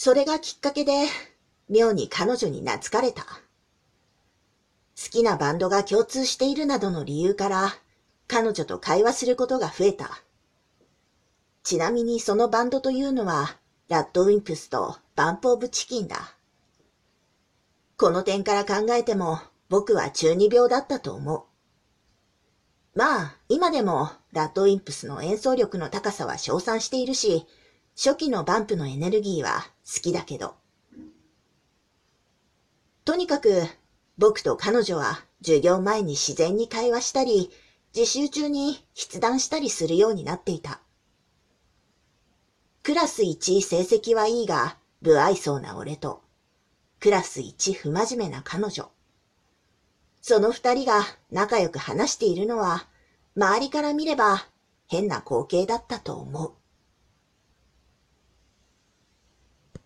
それがきっかけで、妙に彼女に懐かれた。好きなバンドが共通しているなどの理由から、彼女と会話することが増えた。ちなみにそのバンドというのは、ラッドウィンプスとバンプオブチキンだ。この点から考えても、僕は中二病だったと思う。まあ、今でもラッドウィンプスの演奏力の高さは称賛しているし、初期のバンプのエネルギーは好きだけど。とにかく、僕と彼女は授業前に自然に会話したり、自習中に筆談したりするようになっていた。クラス1成績はいいが、不愛想な俺と、クラス1不真面目な彼女。その二人が仲良く話しているのは、周りから見れば変な光景だったと思う。